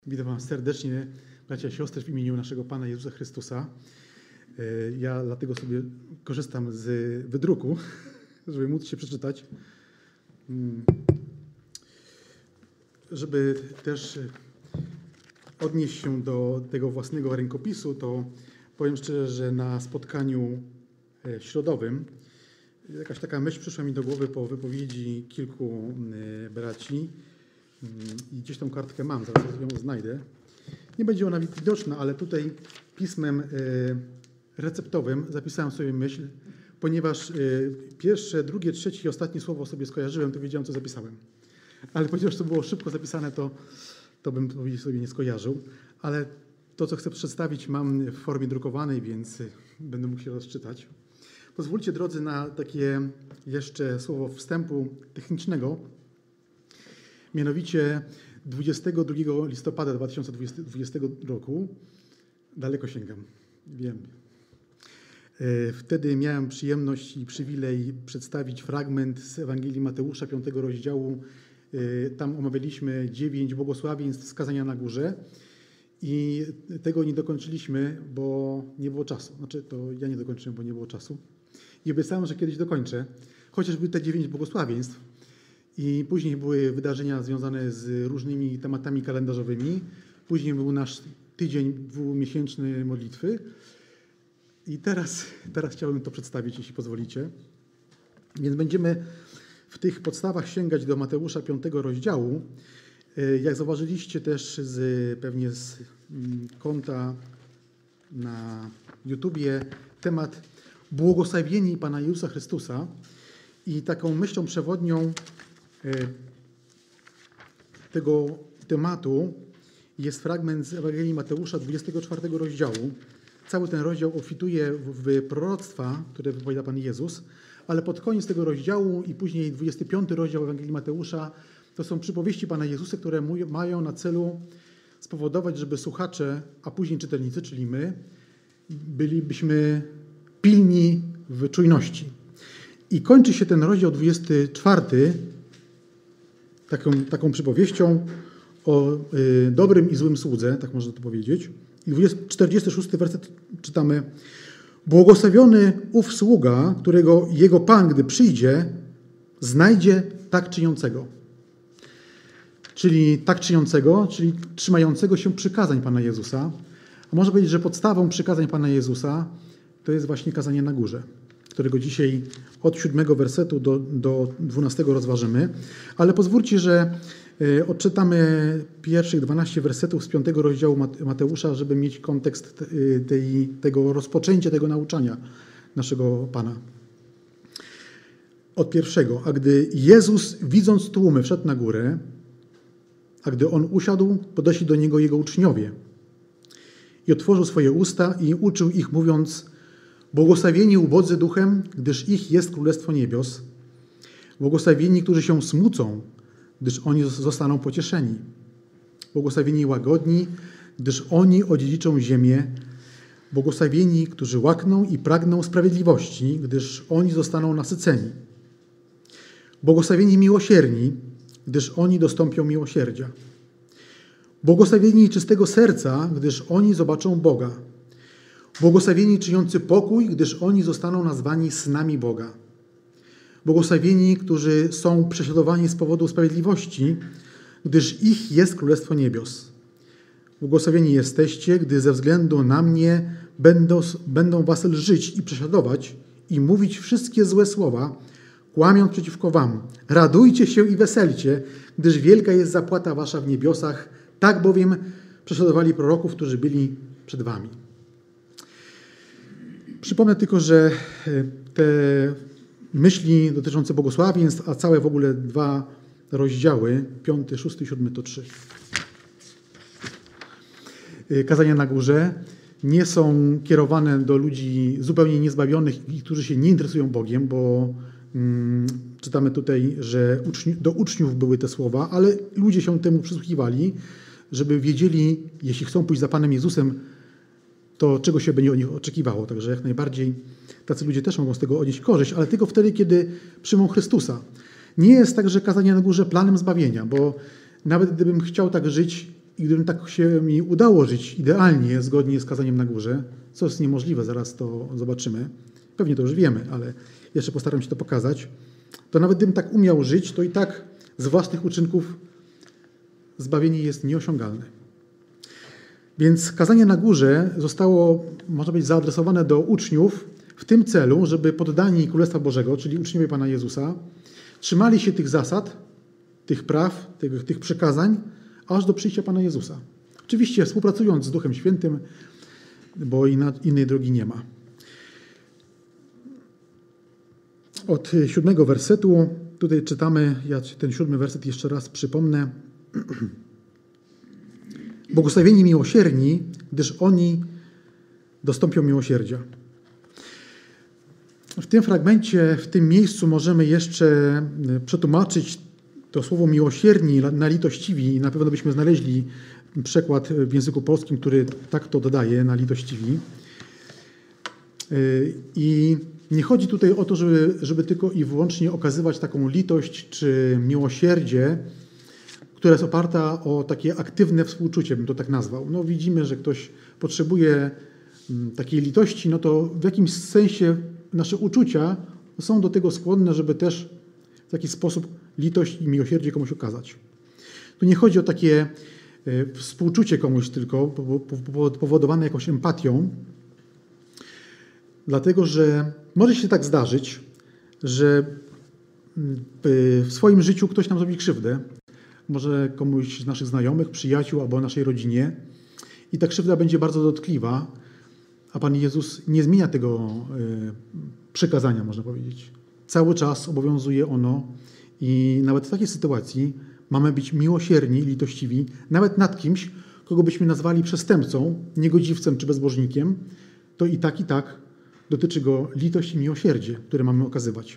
Witam Was serdecznie, bracia i siostry, w imieniu naszego Pana Jezusa Chrystusa. Ja dlatego sobie korzystam z wydruku, żeby móc się przeczytać. Żeby też odnieść się do tego własnego rękopisu, to powiem szczerze, że na spotkaniu środowym jakaś taka myśl przyszła mi do głowy po wypowiedzi kilku braci. I gdzieś tą kartkę mam, zaraz ją znajdę. Nie będzie ona widoczna, ale tutaj pismem receptowym zapisałem sobie myśl, ponieważ pierwsze, drugie, trzecie i ostatnie słowo sobie skojarzyłem, to wiedziałem, co zapisałem. Ale ponieważ to było szybko zapisane, to bym sobie nie skojarzył. Ale to, co chcę przedstawić, mam w formie drukowanej, więc będę mógł się rozczytać. Pozwólcie, drodzy, na takie jeszcze słowo wstępu technicznego. Mianowicie 22 listopada 2020 roku, daleko sięgam, wiem. Wtedy miałem przyjemność i przywilej przedstawić fragment z Ewangelii Mateusza, 5 rozdziału. Tam omawialiśmy 9 błogosławieństw z Kazania na Górze i tego nie dokończyliśmy, bo nie było czasu. Znaczy, to ja nie dokończyłem, bo nie było czasu. I obiecałem, że kiedyś dokończę, chociaż były te 9 błogosławieństw. I później były wydarzenia związane z różnymi tematami kalendarzowymi. Później był nasz tydzień dwumiesięczny modlitwy. I teraz chciałbym to przedstawić, jeśli pozwolicie. Więc będziemy w tych podstawach sięgać do Mateusza 5 rozdziału. Jak zauważyliście też pewnie z konta na YouTubie, temat błogosławieni Pana Jezusa Chrystusa. I taką myślą przewodnią tego tematu jest fragment z Ewangelii Mateusza 24 rozdziału. Cały ten rozdział obfituje w proroctwa, które wypowiada Pan Jezus, ale pod koniec tego rozdziału i później 25 rozdział Ewangelii Mateusza to są przypowieści Pana Jezusa, które mają na celu spowodować, żeby słuchacze, a później czytelnicy, czyli my, bylibyśmy pilni w czujności. I kończy się ten rozdział 24 taką przypowieścią o dobrym i złym słudze, tak można to powiedzieć. I 46 werset czytamy: błogosławiony ów sługa, którego jego Pan, gdy przyjdzie, znajdzie tak czyniącego. Czyli tak czyniącego, czyli trzymającego się przykazań Pana Jezusa. A można powiedzieć, że podstawą przykazań Pana Jezusa to jest właśnie kazanie na górze, którego dzisiaj od 7 wersetu do 12 rozważymy. Ale pozwólcie, że odczytamy pierwszych 12 wersetów z 5 rozdziału Mateusza, żeby mieć kontekst tego rozpoczęcia, tego nauczania naszego Pana. Od pierwszego. A gdy Jezus, widząc tłumy, wszedł na górę, a gdy On usiadł, podeszli do Niego Jego uczniowie i otworzył swoje usta i uczył ich, mówiąc: błogosławieni ubodzy duchem, gdyż ich jest Królestwo Niebios. Błogosławieni, którzy się smucą, gdyż oni zostaną pocieszeni. Błogosławieni łagodni, gdyż oni odziedziczą ziemię. Błogosławieni, którzy łakną i pragną sprawiedliwości, gdyż oni zostaną nasyceni. Błogosławieni miłosierni, gdyż oni dostąpią miłosierdzia. Błogosławieni czystego serca, gdyż oni zobaczą Boga. Błogosławieni czyniący pokój, gdyż oni zostaną nazwani synami Boga. Błogosławieni, którzy są prześladowani z powodu sprawiedliwości, gdyż ich jest Królestwo Niebios. Błogosławieni jesteście, gdy ze względu na mnie będą was lżyć i prześladować i mówić wszystkie złe słowa, kłamiąc przeciwko wam. Radujcie się i weselcie, gdyż wielka jest zapłata wasza w niebiosach. Tak bowiem prześladowali proroków, którzy byli przed wami. Przypomnę tylko, że te myśli dotyczące błogosławieństw, a całe w ogóle 2 rozdziały, 5, 6 i 7 to 3. Kazania na górze nie są kierowane do ludzi zupełnie niezbawionych i którzy się nie interesują Bogiem, bo czytamy tutaj, że do uczniów były te słowa, ale ludzie się temu przysłuchiwali, żeby wiedzieli, jeśli chcą pójść za Panem Jezusem, to czego się będzie od nich oczekiwało. Także jak najbardziej tacy ludzie też mogą z tego odnieść korzyść, ale tylko wtedy, kiedy przyjmą Chrystusa. Nie jest tak, że kazanie na górze planem zbawienia, bo nawet gdybym chciał tak żyć I gdybym tak się mi udało żyć idealnie, zgodnie z kazaniem na górze, co jest niemożliwe, zaraz to zobaczymy, pewnie to już wiemy, ale jeszcze postaram się to pokazać, to nawet gdybym tak umiał żyć, to i tak z własnych uczynków zbawienie jest nieosiągalne. Więc kazanie na górze zostało, można powiedzieć, zaadresowane do uczniów w tym celu, żeby poddani Królestwa Bożego, czyli uczniowie Pana Jezusa, trzymali się tych zasad, tych praw, tych przykazań, aż do przyjścia Pana Jezusa. Oczywiście współpracując z Duchem Świętym, bo innej drogi nie ma. Od 7 wersetu, tutaj czytamy, ja ten 7 werset jeszcze raz przypomnę. Błogosławieni miłosierni, gdyż oni dostąpią miłosierdzia. W tym fragmencie, w tym miejscu możemy jeszcze przetłumaczyć to słowo miłosierni na litościwi i na pewno byśmy znaleźli przekład w języku polskim, który tak to dodaje, na litościwi. I nie chodzi tutaj o to, żeby tylko i wyłącznie okazywać taką litość czy miłosierdzie, która jest oparta o takie aktywne współczucie, bym to tak nazwał. No widzimy, że ktoś potrzebuje takiej litości, no to w jakimś sensie nasze uczucia są do tego skłonne, żeby też w taki sposób litość i miłosierdzie komuś okazać. Tu nie chodzi o takie współczucie komuś tylko, powodowane jakąś empatią, dlatego że może się tak zdarzyć, że w swoim życiu ktoś nam zrobi krzywdę, może komuś z naszych znajomych, przyjaciół albo naszej rodzinie i ta krzywda będzie bardzo dotkliwa, a Pan Jezus nie zmienia tego przykazania, można powiedzieć. Cały czas obowiązuje ono i nawet w takiej sytuacji mamy być miłosierni, litościwi, nawet nad kimś, kogo byśmy nazwali przestępcą, niegodziwcem czy bezbożnikiem, to i tak dotyczy go litość i miłosierdzie, które mamy okazywać.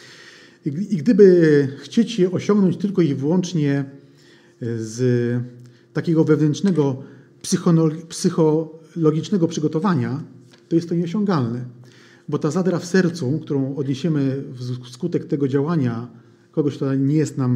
I gdyby chcieć je osiągnąć tylko i wyłącznie z takiego wewnętrznego, psychologicznego przygotowania, to jest to nieosiągalne. Bo ta zadra w sercu, którą odniesiemy wskutek tego działania kogoś, kto nie jest nam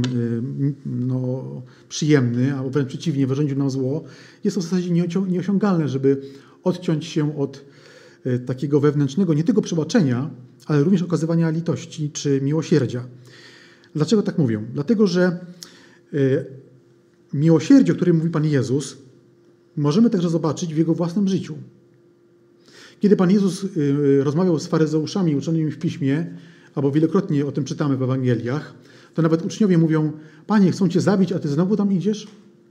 przyjemny, albo wręcz przeciwnie, wyrządził nam zło, jest to w zasadzie nieosiągalne, żeby odciąć się od takiego wewnętrznego, nie tylko przebaczenia, ale również okazywania litości czy miłosierdzia. Dlaczego tak mówię? Dlatego, że miłosierdzie, o którym mówi Pan Jezus, możemy także zobaczyć w Jego własnym życiu. Kiedy Pan Jezus rozmawiał z faryzeuszami uczonymi w Piśmie, albo wielokrotnie o tym czytamy w Ewangeliach, to nawet uczniowie mówią: Panie, chcą Cię zabić, a Ty znowu tam idziesz?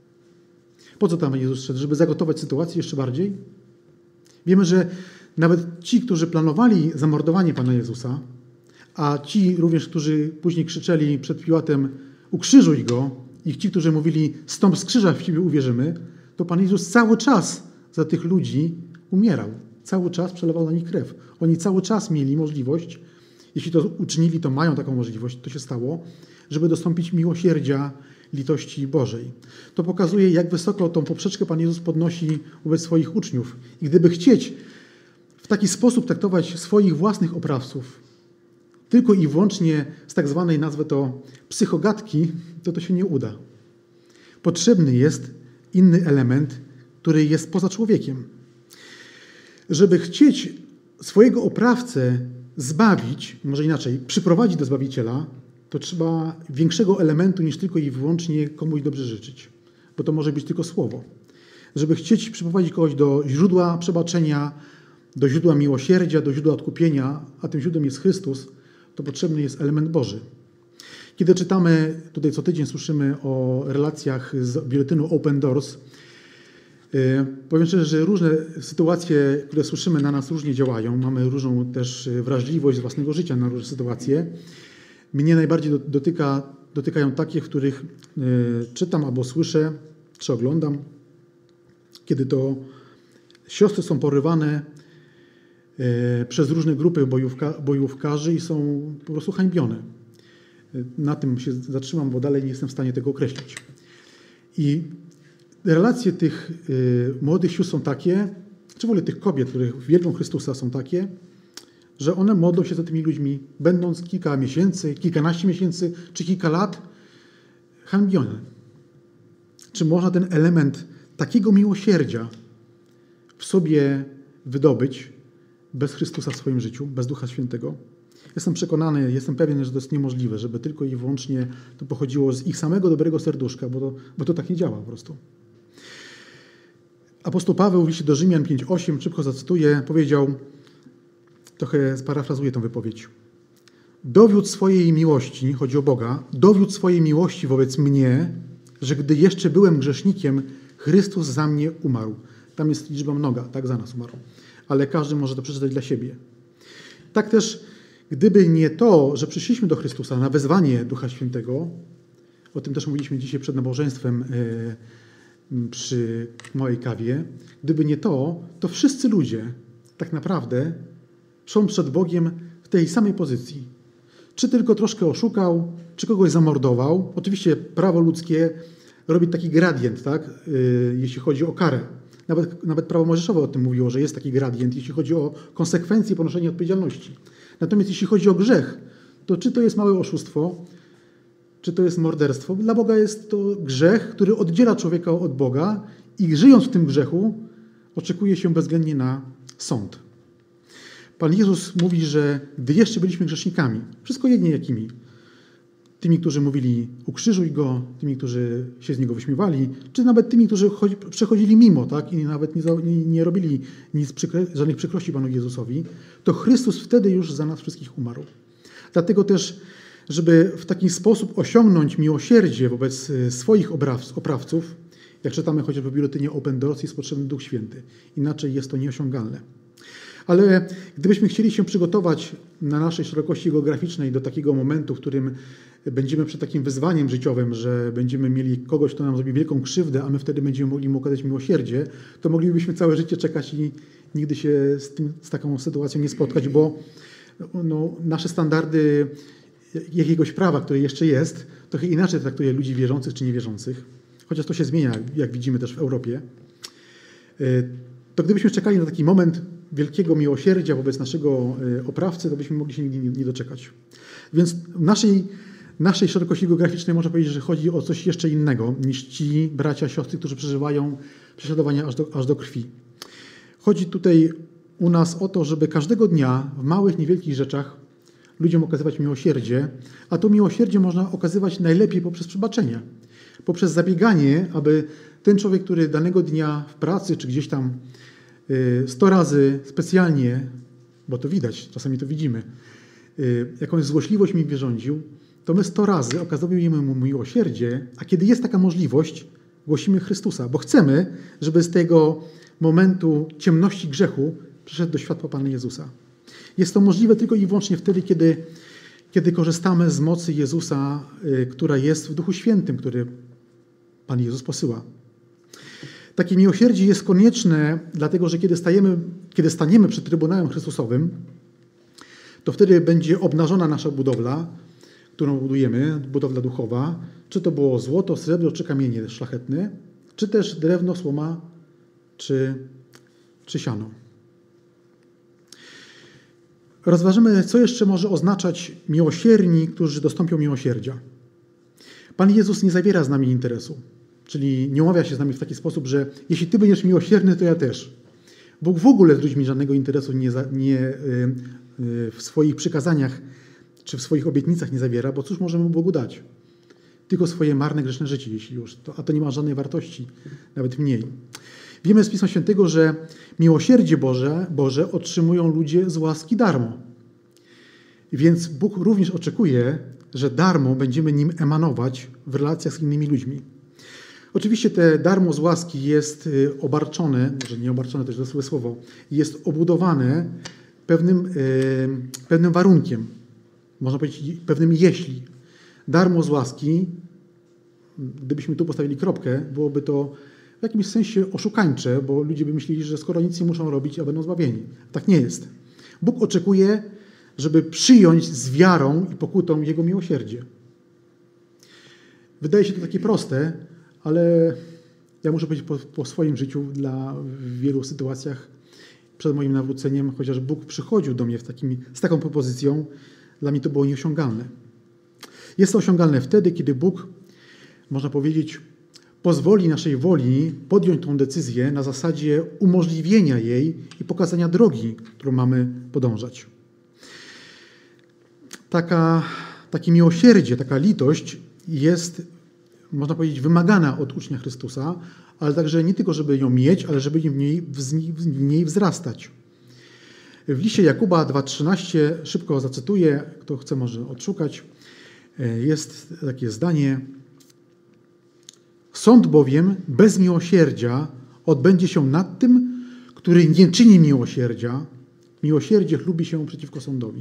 Po co tam Pan Jezus szedł? Żeby zagotować sytuację jeszcze bardziej? Wiemy, że nawet ci, którzy planowali zamordowanie Pana Jezusa, a ci również, którzy później krzyczeli przed Piłatem: ukrzyżuj Go, i ci, którzy mówili: stąp z krzyża, w Ciebie uwierzymy, to Pan Jezus cały czas za tych ludzi umierał. Cały czas przelewał na nich krew. Oni cały czas mieli możliwość, jeśli to uczynili, to mają taką możliwość, to się stało, żeby dostąpić miłosierdzia, litości Bożej. To pokazuje, jak wysoko tą poprzeczkę Pan Jezus podnosi wobec swoich uczniów. I gdyby chcieć w taki sposób traktować swoich własnych oprawców, tylko i wyłącznie z tak zwanej, nazwę to, psychogatki, to się nie uda. Potrzebny jest inny element, który jest poza człowiekiem. Żeby chcieć swojego oprawcę zbawić, może inaczej, przyprowadzić do Zbawiciela, to trzeba większego elementu niż tylko i wyłącznie komuś dobrze życzyć. Bo to może być tylko słowo. Żeby chcieć przyprowadzić kogoś do źródła przebaczenia, do źródła miłosierdzia, do źródła odkupienia, a tym źródłem jest Chrystus, to potrzebny jest element Boży. Kiedy czytamy, tutaj co tydzień słyszymy o relacjach z biuletynu Open Doors, powiem szczerze, że różne sytuacje, które słyszymy, na nas różnie działają. Mamy różną też wrażliwość z własnego życia na różne sytuacje. Mnie najbardziej dotykają takie, w których czytam albo słyszę, czy oglądam, kiedy to siostry są porywane przez różne grupy bojówkarzy i są po prostu hańbione. Na tym się zatrzymam, bo dalej nie jestem w stanie tego określić. I relacje tych młodych sióstr są takie, czy w ogóle tych kobiet, których wielbią Chrystusa, są takie, że one modlą się za tymi ludźmi, będąc kilka miesięcy, kilkanaście miesięcy, czy kilka lat hańbione. Czy można ten element takiego miłosierdzia w sobie wydobyć bez Chrystusa w swoim życiu, bez Ducha Świętego. Jestem przekonany, jestem pewien, że to jest niemożliwe, żeby tylko i wyłącznie to pochodziło z ich samego dobrego serduszka, bo to tak nie działa po prostu. Apostoł Paweł w liście do Rzymian 5:8, szybko zacytuję, powiedział, trochę sparafrazuję tę wypowiedź. Dowiódł swojej miłości, chodzi o Boga, dowiódł swojej miłości wobec mnie, że gdy jeszcze byłem grzesznikiem, Chrystus za mnie umarł. Tam jest liczba mnoga, tak, za nas umarł. Ale każdy może to przeczytać dla siebie. Tak też, gdyby nie to, że przyszliśmy do Chrystusa na wezwanie Ducha Świętego, o tym też mówiliśmy dzisiaj przed nabożeństwem przy małej kawie, gdyby nie to, to wszyscy ludzie tak naprawdę są przed Bogiem w tej samej pozycji. Czy tylko troszkę oszukał, czy kogoś zamordował. Oczywiście prawo ludzkie robi taki gradient, tak? Jeśli chodzi o karę. Nawet prawo mojżeszowe o tym mówiło, że jest taki gradient, jeśli chodzi o konsekwencje ponoszenia odpowiedzialności. Natomiast jeśli chodzi o grzech, to czy to jest małe oszustwo, czy to jest morderstwo, dla Boga jest to grzech, który oddziela człowieka od Boga i żyjąc w tym grzechu oczekuje się bezwzględnie na sąd. Pan Jezus mówi, że gdy jeszcze byliśmy grzesznikami, wszystko jednie jakimi, tymi, którzy mówili ukrzyżuj Go, tymi, którzy się z Niego wyśmiewali, czy nawet tymi, którzy przechodzili mimo, tak, i nawet nie robili żadnych przykrości Panu Jezusowi, to Chrystus wtedy już za nas wszystkich umarł. Dlatego też, żeby w taki sposób osiągnąć miłosierdzie wobec swoich oprawców, jak czytamy chociażby w biuletynie Open Doors, jest potrzebny Duch Święty. Inaczej jest to nieosiągalne. Ale gdybyśmy chcieli się przygotować na naszej szerokości geograficznej do takiego momentu, w którym będziemy przed takim wyzwaniem życiowym, że będziemy mieli kogoś, kto nam zrobi wielką krzywdę, a my wtedy będziemy mogli mu okazać miłosierdzie, to moglibyśmy całe życie czekać i nigdy się z taką sytuacją nie spotkać, bo nasze standardy jakiegoś prawa, które jeszcze jest, trochę inaczej traktuje ludzi wierzących czy niewierzących, chociaż to się zmienia, jak widzimy też w Europie. To gdybyśmy czekali na taki moment wielkiego miłosierdzia wobec naszego oprawcy, to byśmy mogli się nigdy nie doczekać. Więc w naszej szerokości geograficznej można powiedzieć, że chodzi o coś jeszcze innego niż ci bracia, siostry, którzy przeżywają prześladowania aż do krwi. Chodzi tutaj u nas o to, żeby każdego dnia w małych, niewielkich rzeczach ludziom okazywać miłosierdzie, a to miłosierdzie można okazywać najlepiej poprzez przebaczenie, poprzez zabieganie, aby ten człowiek, który danego dnia w pracy czy gdzieś tam 100 razy specjalnie, bo to widać, czasami to widzimy, jakąś złośliwość mi wyrządził, to my 100 razy okazujemy mu miłosierdzie, a kiedy jest taka możliwość, głosimy Chrystusa, bo chcemy, żeby z tego momentu ciemności grzechu przyszedł do światła Pana Jezusa. Jest to możliwe tylko i wyłącznie wtedy, kiedy korzystamy z mocy Jezusa, która jest w Duchu Świętym, który Pan Jezus posyła. Takie miłosierdzie jest konieczne, dlatego że kiedy staniemy przed Trybunałem Chrystusowym, to wtedy będzie obnażona nasza budowla, którą budujemy, budowla duchowa, czy to było złoto, srebro, czy kamienie szlachetne, czy też drewno, słoma, czy siano. Rozważymy, co jeszcze może oznaczać miłosierni, którzy dostąpią miłosierdzia. Pan Jezus nie zawiera z nami interesu, czyli nie umawia się z nami w taki sposób, że jeśli Ty będziesz miłosierny, to ja też. Bóg w ogóle z ludźmi żadnego interesu w swoich przykazaniach czy w swoich obietnicach nie zawiera, bo cóż możemy Bogu dać? Tylko swoje marne, grzeszne życie, jeśli już. A to nie ma żadnej wartości, nawet mniej. Wiemy z Pisma Świętego, że miłosierdzie Boże otrzymują ludzie z łaski darmo. Więc Bóg również oczekuje, że darmo będziemy nim emanować w relacjach z innymi ludźmi. Oczywiście te darmo z łaski jest obarczone, może nie obarczone, to jest złe słowo, jest obudowane pewnym warunkiem, można powiedzieć pewnym jeśli. Darmo z łaski, gdybyśmy tu postawili kropkę, byłoby to w jakimś sensie oszukańcze, bo ludzie by myśleli, że skoro nic nie muszą robić, a będą zbawieni. Tak nie jest. Bóg oczekuje, żeby przyjąć z wiarą i pokutą Jego miłosierdzie. Wydaje się to takie proste, ale ja muszę powiedzieć po swoim życiu w wielu sytuacjach przed moim nawróceniem, chociaż Bóg przychodził do mnie z taką propozycją, dla mnie to było nieosiągalne. Jest to osiągalne wtedy, kiedy Bóg, można powiedzieć, pozwoli naszej woli podjąć tą decyzję na zasadzie umożliwienia jej i pokazania drogi, którą mamy podążać. Takie miłosierdzie, taka litość jest, można powiedzieć, wymagana od ucznia Chrystusa, ale także nie tylko, żeby ją mieć, ale żeby w niej wzrastać. W liście Jakuba 2,13, szybko zacytuję, kto chce może odszukać, jest takie zdanie: sąd bowiem bez miłosierdzia odbędzie się nad tym, który nie czyni miłosierdzia. Miłosierdzie chlubi się przeciwko sądowi.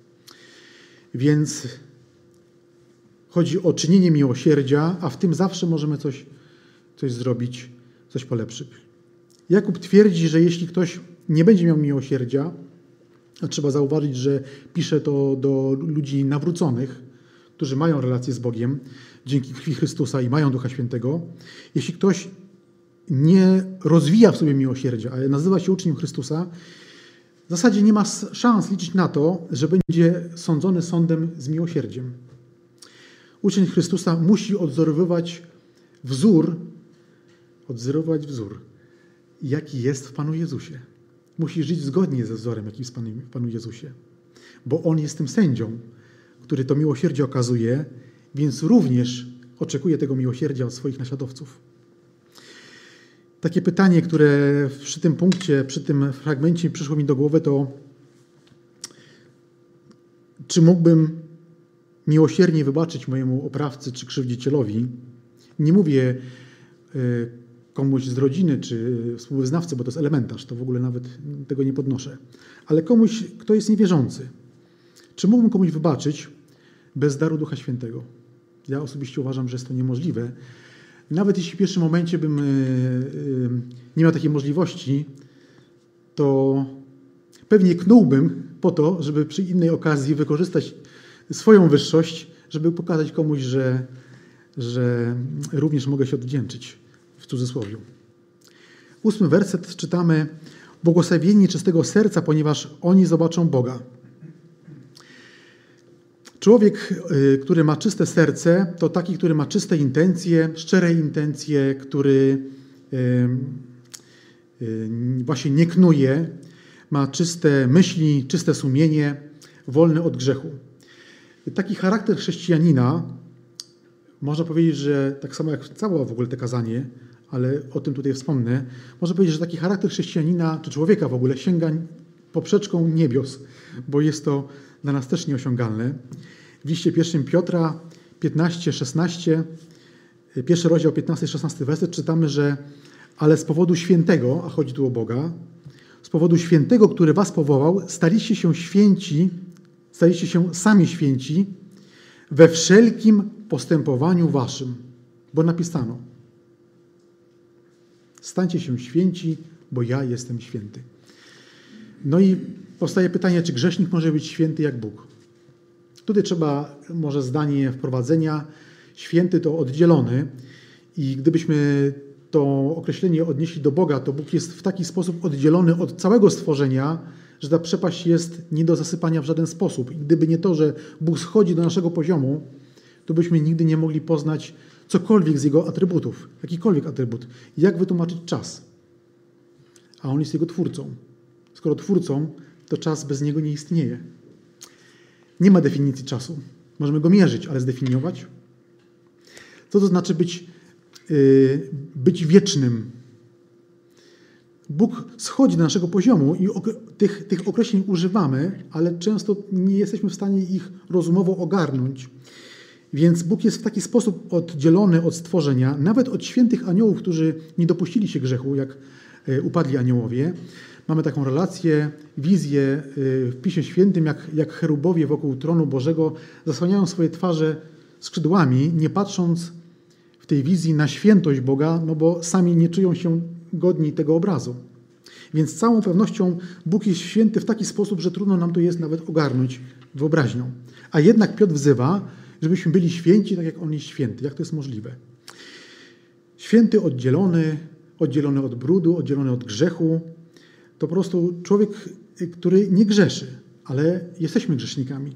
Więc chodzi o czynienie miłosierdzia, a w tym zawsze możemy coś zrobić, coś polepszyć. Jakub twierdzi, że jeśli ktoś nie będzie miał miłosierdzia, a trzeba zauważyć, że pisze to do ludzi nawróconych, którzy mają relację z Bogiem dzięki krwi Chrystusa i mają Ducha Świętego. Jeśli ktoś nie rozwija w sobie miłosierdzia, ale nazywa się uczniem Chrystusa, w zasadzie nie ma szans liczyć na to, że będzie sądzony sądem z miłosierdziem. Uczeń Chrystusa musi odzorowywać wzór, jaki jest w Panu Jezusie. Musi żyć zgodnie ze wzorem, jaki jest w Panu Jezusie. Bo On jest tym sędzią, który to miłosierdzie okazuje, więc również oczekuje tego miłosierdzia od swoich naśladowców. Takie pytanie, które przy tym punkcie, przy tym fragmencie przyszło mi do głowy, to czy mógłbym miłosiernie wybaczyć mojemu oprawcy czy krzywdzicielowi? Nie mówię komuś z rodziny czy współwyznawcy, bo to jest elementarz, to w ogóle nawet tego nie podnoszę. Ale komuś, kto jest niewierzący. Czy mógłbym komuś wybaczyć bez daru Ducha Świętego? Ja osobiście uważam, że jest to niemożliwe. Nawet jeśli w pierwszym momencie bym nie miał takiej możliwości, to pewnie knułbym po to, żeby przy innej okazji wykorzystać swoją wyższość, żeby pokazać komuś, że również mogę się odwdzięczyć, w cudzysłowie. 8 werset czytamy: błogosławieni czystego serca, ponieważ oni zobaczą Boga. Człowiek, który ma czyste serce, to taki, który ma czyste intencje, szczere intencje, który właśnie nie knuje, ma czyste myśli, czyste sumienie, wolny od grzechu. Taki charakter chrześcijanina, można powiedzieć, że tak samo jak całe w ogóle te kazanie, ale o tym tutaj wspomnę, można powiedzieć, że taki charakter chrześcijanina, czy człowieka w ogóle sięga poprzeczką niebios, bo jest to dla nas też nieosiągalne. W liście 1 Piotra 15-16, pierwszy rozdział 15-16 werset czytamy, że ale z powodu świętego, a chodzi tu o Boga, z powodu świętego, który was powołał, staliście się sami święci we wszelkim postępowaniu waszym, bo napisano: stańcie się święci, bo ja jestem święty. No i powstaje pytanie, czy grzesznik może być święty jak Bóg? Tutaj trzeba może zdanie wprowadzenia. Święty to oddzielony i gdybyśmy to określenie odnieśli do Boga, to Bóg jest w taki sposób oddzielony od całego stworzenia, że ta przepaść jest nie do zasypania w żaden sposób. I gdyby nie to, że Bóg schodzi do naszego poziomu, to byśmy nigdy nie mogli poznać cokolwiek z Jego atrybutów, jakikolwiek atrybut. Jak wytłumaczyć czas? A On jest Jego twórcą. Skoro twórcą, to czas bez Niego nie istnieje. Nie ma definicji czasu. Możemy go mierzyć, ale zdefiniować? Co to znaczy być wiecznym? Bóg schodzi do naszego poziomu i tych określeń używamy, ale często nie jesteśmy w stanie ich rozumowo ogarnąć. Więc Bóg jest w taki sposób oddzielony od stworzenia, nawet od świętych aniołów, którzy nie dopuścili się grzechu, jak upadli aniołowie. Mamy taką relację, wizję w Piśmie Świętym, jak cherubowie wokół tronu Bożego zasłaniają swoje twarze skrzydłami, nie patrząc w tej wizji na świętość Boga, no bo sami nie czują się godni tego obrazu. Więc z całą pewnością Bóg jest święty w taki sposób, że trudno nam to jest nawet ogarnąć wyobraźnią. A jednak Piotr wzywa, żebyśmy byli święci tak jak On jest święty. Jak to jest możliwe? Święty oddzielony od brudu, oddzielony od grzechu, to po prostu człowiek, który nie grzeszy, ale jesteśmy grzesznikami.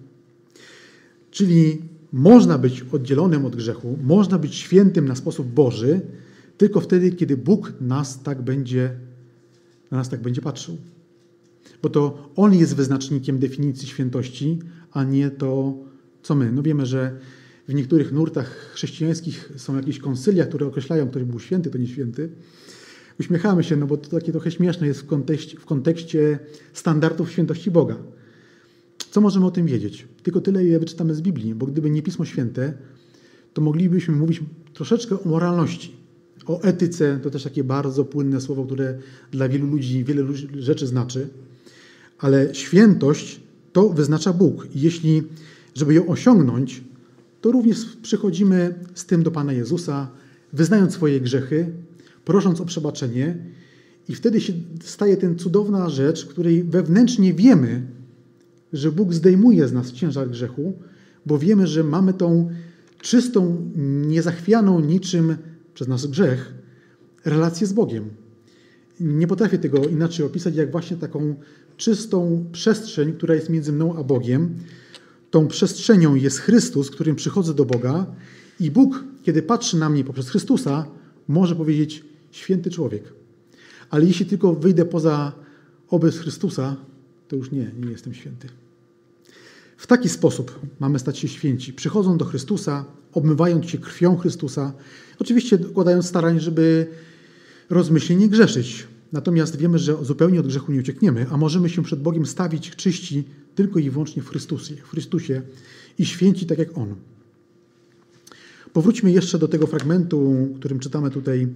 Czyli można być oddzielonym od grzechu, można być świętym na sposób Boży, tylko wtedy, kiedy Bóg na nas tak będzie patrzył. Bo to On jest wyznacznikiem definicji świętości, a nie to, co my. No wiemy, że w niektórych nurtach chrześcijańskich są jakieś konsylia, które określają, ktoś był święty, to nie święty. Uśmiechamy się, no bo to takie trochę śmieszne jest w kontekście standardów świętości Boga. Co możemy o tym wiedzieć? Tylko tyle, ile wyczytamy z Biblii, bo gdyby nie Pismo Święte, to moglibyśmy mówić troszeczkę o moralności, o etyce. To też takie bardzo płynne słowo, które dla wielu ludzi wiele rzeczy znaczy. Ale świętość to wyznacza Bóg. I żeby ją osiągnąć, to również przychodzimy z tym do Pana Jezusa, wyznając swoje grzechy, prosząc o przebaczenie i wtedy się staje ten cudowna rzecz, której wewnętrznie wiemy, że Bóg zdejmuje z nas ciężar grzechu, bo wiemy, że mamy tą czystą, niezachwianą niczym przez nasz grzech relację z Bogiem. Nie potrafię tego inaczej opisać, jak właśnie taką czystą przestrzeń, która jest między mną a Bogiem. Tą przestrzenią jest Chrystus, którym przychodzę do Boga i Bóg, kiedy patrzy na mnie poprzez Chrystusa, może powiedzieć: święty człowiek. Ale jeśli tylko wyjdę poza obraz Chrystusa, to już nie jestem święty. W taki sposób mamy stać się święci. Przychodząc do Chrystusa, obmywając się krwią Chrystusa, oczywiście dokładając starań, żeby rozmyślnie grzeszyć. Natomiast wiemy, że zupełnie od grzechu nie uciekniemy, a możemy się przed Bogiem stawić czyści tylko i wyłącznie w Chrystusie i święci tak jak On. Powróćmy jeszcze do tego fragmentu, którym czytamy tutaj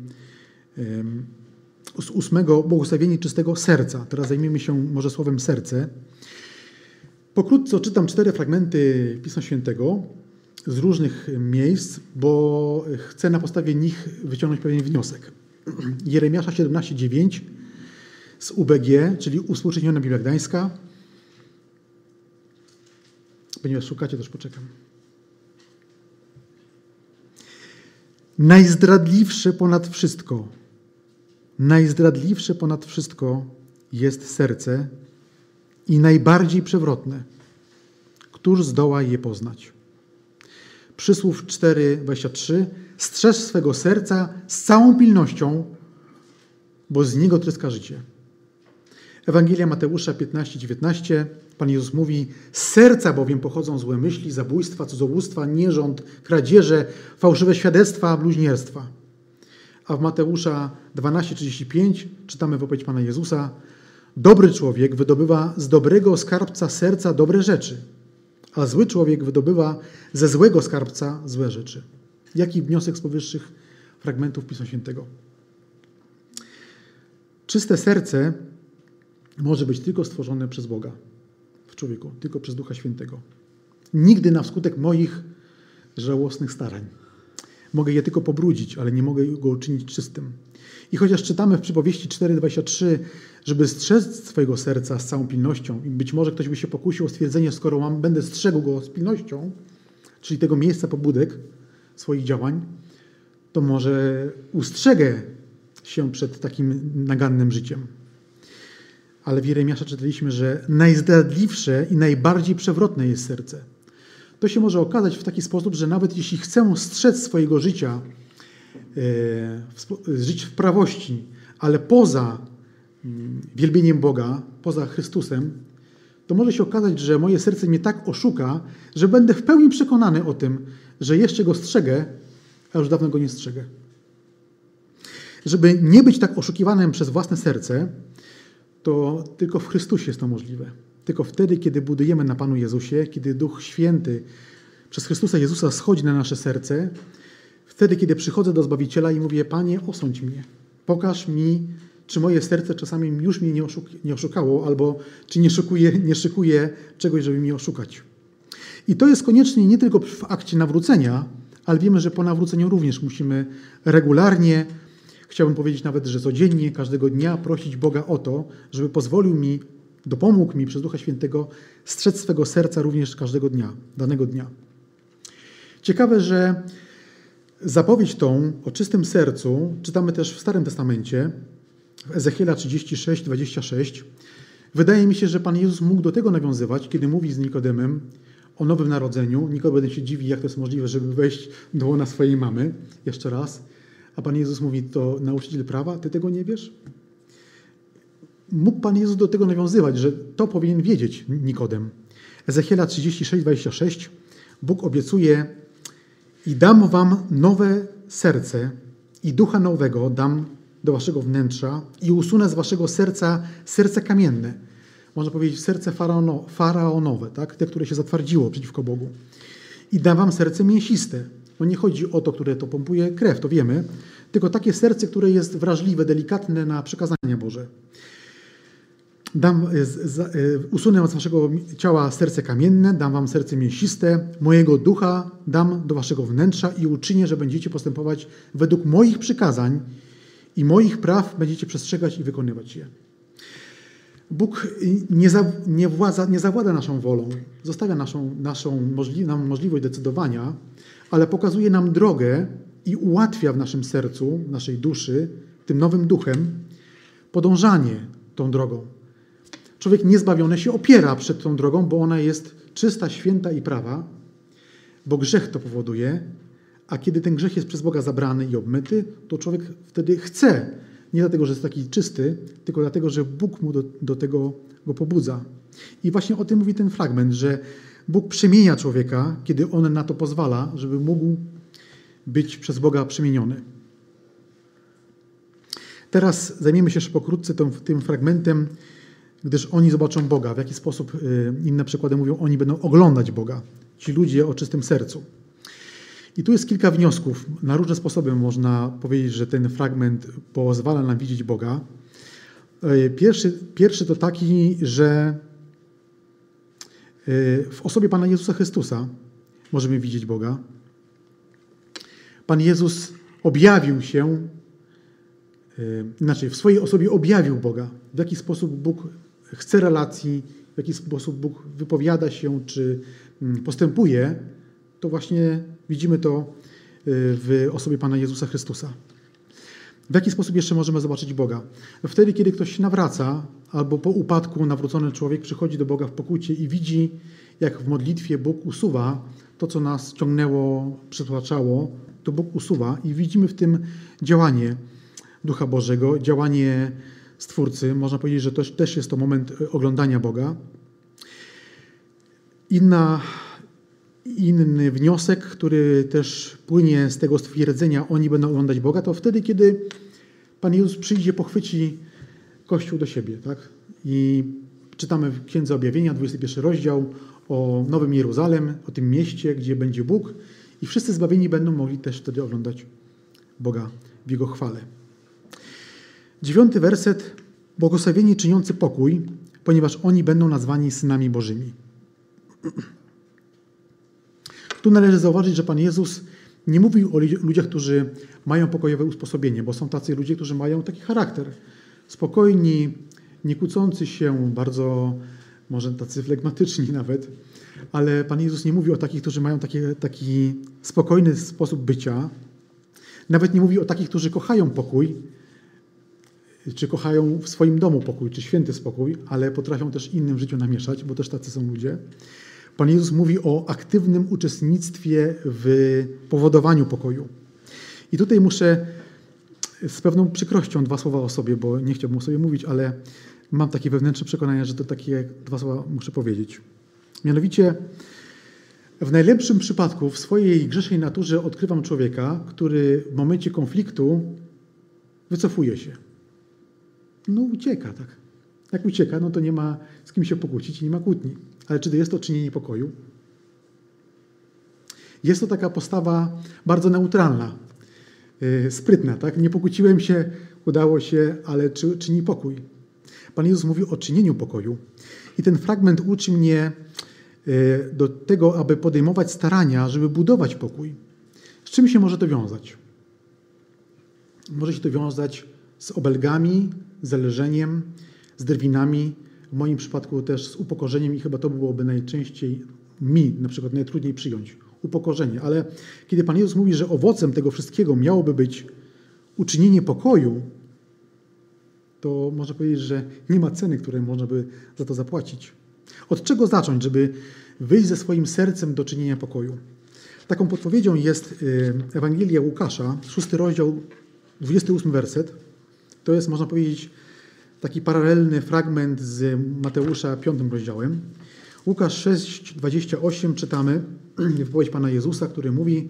z 8. Błogosławieni czystego serca. Teraz zajmiemy się może słowem serce. Pokrótce odczytam 4 fragmenty Pisma Świętego z różnych miejsc, bo chcę na podstawie nich wyciągnąć pewien wniosek. Jeremiasza 17:9 z UBG, czyli Uwspółcześniona Biblia Gdańska. Ponieważ szukacie, też poczekam. Najzdradliwsze ponad wszystko jest serce i najbardziej przewrotne. Któż zdoła je poznać? Przysłów 4:23. Strzeż swego serca z całą pilnością, bo z niego tryska życie. Ewangelia Mateusza 15:19. Pan Jezus mówi: z serca bowiem pochodzą złe myśli, zabójstwa, cudzołóstwa, nierząd, kradzieże, fałszywe świadectwa, bluźnierstwa. A w Mateusza 12:35 czytamy wypowiedź Pana Jezusa: dobry człowiek wydobywa z dobrego skarbca serca dobre rzeczy, a zły człowiek wydobywa ze złego skarbca złe rzeczy. Jaki wniosek z powyższych fragmentów Pisma Świętego? Czyste serce może być tylko stworzone przez Boga w człowieku, tylko przez Ducha Świętego. Nigdy na skutek moich żałosnych starań. Mogę je tylko pobrudzić, ale nie mogę go uczynić czystym. I chociaż czytamy w Przypowieści 4:23, żeby strzec swojego serca z całą pilnością, i być może ktoś by się pokusił o stwierdzenie, skoro będę strzegł go z pilnością, czyli tego miejsca pobudek swoich działań, to może ustrzegę się przed takim nagannym życiem. Ale w Jeremiasza czytaliśmy, że najzdradliwsze i najbardziej przewrotne jest serce. To się może okazać w taki sposób, że nawet jeśli chcę strzec swojego życia, żyć w prawości, ale poza wielbieniem Boga, poza Chrystusem, to może się okazać, że moje serce mnie tak oszuka, że będę w pełni przekonany o tym, że jeszcze go strzegę, a już dawno go nie strzegę. Żeby nie być tak oszukiwanym przez własne serce, to tylko w Chrystusie jest to możliwe. Tylko wtedy, kiedy budujemy na Panu Jezusie, kiedy Duch Święty przez Chrystusa Jezusa schodzi na nasze serce, wtedy, kiedy przychodzę do Zbawiciela i mówię: Panie, osądź mnie. Pokaż mi, czy moje serce czasami już mnie nie oszukało, albo czy nie szykuje czegoś, żeby mnie oszukać. I to jest koniecznie nie tylko w akcie nawrócenia, ale wiemy, że po nawróceniu również musimy regularnie, chciałbym powiedzieć nawet, że codziennie, każdego dnia prosić Boga o to, żeby pozwolił mi, dopomógł mi przez Ducha Świętego strzec swego serca również każdego dnia, danego dnia. Ciekawe, że zapowiedź tą o czystym sercu czytamy też w Starym Testamencie, w Ezechiela 36:26. Wydaje mi się, że Pan Jezus mógł do tego nawiązywać, kiedy mówi z Nikodemem o nowym narodzeniu. Nikodem się dziwi, jak to jest możliwe, żeby wejść do łona swojej mamy. Jeszcze raz. A Pan Jezus mówi, to nauczyciel prawa, ty tego nie wiesz? Mógł Pan Jezus do tego nawiązywać, że to powinien wiedzieć Nikodem. Ezechiela 36:26 Bóg obiecuje i dam wam nowe serce i ducha nowego dam do waszego wnętrza i usunę z waszego serca serce kamienne. Można powiedzieć serce faraonowe, tak? Te, które się zatwardziło przeciwko Bogu. I dam wam serce mięsiste. No nie chodzi o to, które to pompuje krew, to wiemy, tylko serce, które jest wrażliwe, delikatne na przekazania Boże. Usunę z waszego ciała serce kamienne, dam wam serce mięsiste, mojego ducha dam do waszego wnętrza i uczynię, że będziecie postępować według moich przykazań i moich praw będziecie przestrzegać i wykonywać je. Bóg nie zawłada naszą wolą, zostawia nam możliwość decydowania, ale pokazuje nam drogę i ułatwia w naszym sercu, w naszej duszy, tym nowym duchem, podążanie tą drogą. Człowiek niezbawiony się opiera przed tą drogą, bo ona jest czysta, święta i prawa, bo grzech to powoduje, a kiedy ten grzech jest przez Boga zabrany i obmyty, to człowiek wtedy chce, nie dlatego, że jest taki czysty, tylko dlatego, że Bóg mu do tego go pobudza. I właśnie o tym mówi ten fragment, że Bóg przemienia człowieka, kiedy on na to pozwala, żeby mógł być przez Boga przemieniony. Teraz zajmiemy się jeszcze pokrótce tym fragmentem, gdyż oni zobaczą Boga. W jaki sposób, inne przykłady mówią, oni będą oglądać Boga. Ci ludzie o czystym sercu. I tu jest kilka wniosków. Na różne sposoby można powiedzieć, że ten fragment pozwala nam widzieć Boga. Pierwszy to taki, że w osobie Pana Jezusa Chrystusa możemy widzieć Boga. Pan Jezus objawił się, w swojej osobie objawił Boga. W jaki sposób Bóg chce relacji, w jaki sposób Bóg wypowiada się, czy postępuje, to właśnie widzimy to w osobie Pana Jezusa Chrystusa. W jaki sposób jeszcze możemy zobaczyć Boga? Wtedy, kiedy ktoś się nawraca, albo po upadku nawrócony człowiek przychodzi do Boga w pokucie i widzi, jak w modlitwie Bóg usuwa to, co nas ciągnęło, przytłaczało, to Bóg usuwa i widzimy w tym działanie Ducha Bożego, działanie Stwórcy. Można powiedzieć, że też jest to moment oglądania Boga. Inny wniosek, który też płynie z tego stwierdzenia, oni będą oglądać Boga, to wtedy, kiedy Pan Jezus przyjdzie, pochwyci Kościół do siebie. Tak? I czytamy w Księdze Objawienia, 21 rozdział, o Nowym Jeruzalem, o tym mieście, gdzie będzie Bóg i wszyscy zbawieni będą mogli też wtedy oglądać Boga w Jego chwale. 9 werset. Błogosławieni czyniący pokój, ponieważ oni będą nazwani synami Bożymi. Tu należy zauważyć, że Pan Jezus nie mówił o ludziach, którzy mają pokojowe usposobienie, bo są tacy ludzie, którzy mają taki charakter. Spokojni, nie kłócący się, bardzo może tacy flegmatyczni nawet, ale Pan Jezus nie mówi o takich, którzy mają taki spokojny sposób bycia. Nawet nie mówi o takich, którzy kochają pokój, czy kochają w swoim domu pokój, czy święty spokój, ale potrafią też innym w życiu namieszać, bo też tacy są ludzie. Pan Jezus mówi o aktywnym uczestnictwie w powodowaniu pokoju. I tutaj muszę z pewną przykrością 2 słowa o sobie, bo nie chciałbym o sobie mówić, ale mam takie wewnętrzne przekonanie, że to takie 2 słowa muszę powiedzieć. Mianowicie w najlepszym przypadku w swojej grzesznej naturze odkrywam człowieka, który w momencie konfliktu wycofuje się. No ucieka, tak. Jak ucieka, no to nie ma z kim się pokłócić i nie ma kłótni. Ale czy to jest to czynienie pokoju? Jest to taka postawa bardzo neutralna, sprytna, tak? Nie pokłóciłem się, udało się, ale czyni pokój. Pan Jezus mówi o czynieniu pokoju. I ten fragment uczy mnie do tego, aby podejmować starania, żeby budować pokój. Z czym się może to wiązać? Może się to wiązać z obelgami, z zależeniem, z drwinami, w moim przypadku też z upokorzeniem i chyba to byłoby najczęściej mi na przykład najtrudniej przyjąć. Upokorzenie. Ale kiedy Pan Jezus mówi, że owocem tego wszystkiego miałoby być uczynienie pokoju, to można powiedzieć, że nie ma ceny, której można by za to zapłacić. Od czego zacząć, żeby wyjść ze swoim sercem do czynienia pokoju? Taką podpowiedzią jest Ewangelia Łukasza, 6 rozdział, 28 werset. To jest, można powiedzieć, taki paralelny fragment z Mateusza 5 rozdziałem. Łukasz 6, 28 czytamy wypowiedź Pana Jezusa, który mówi: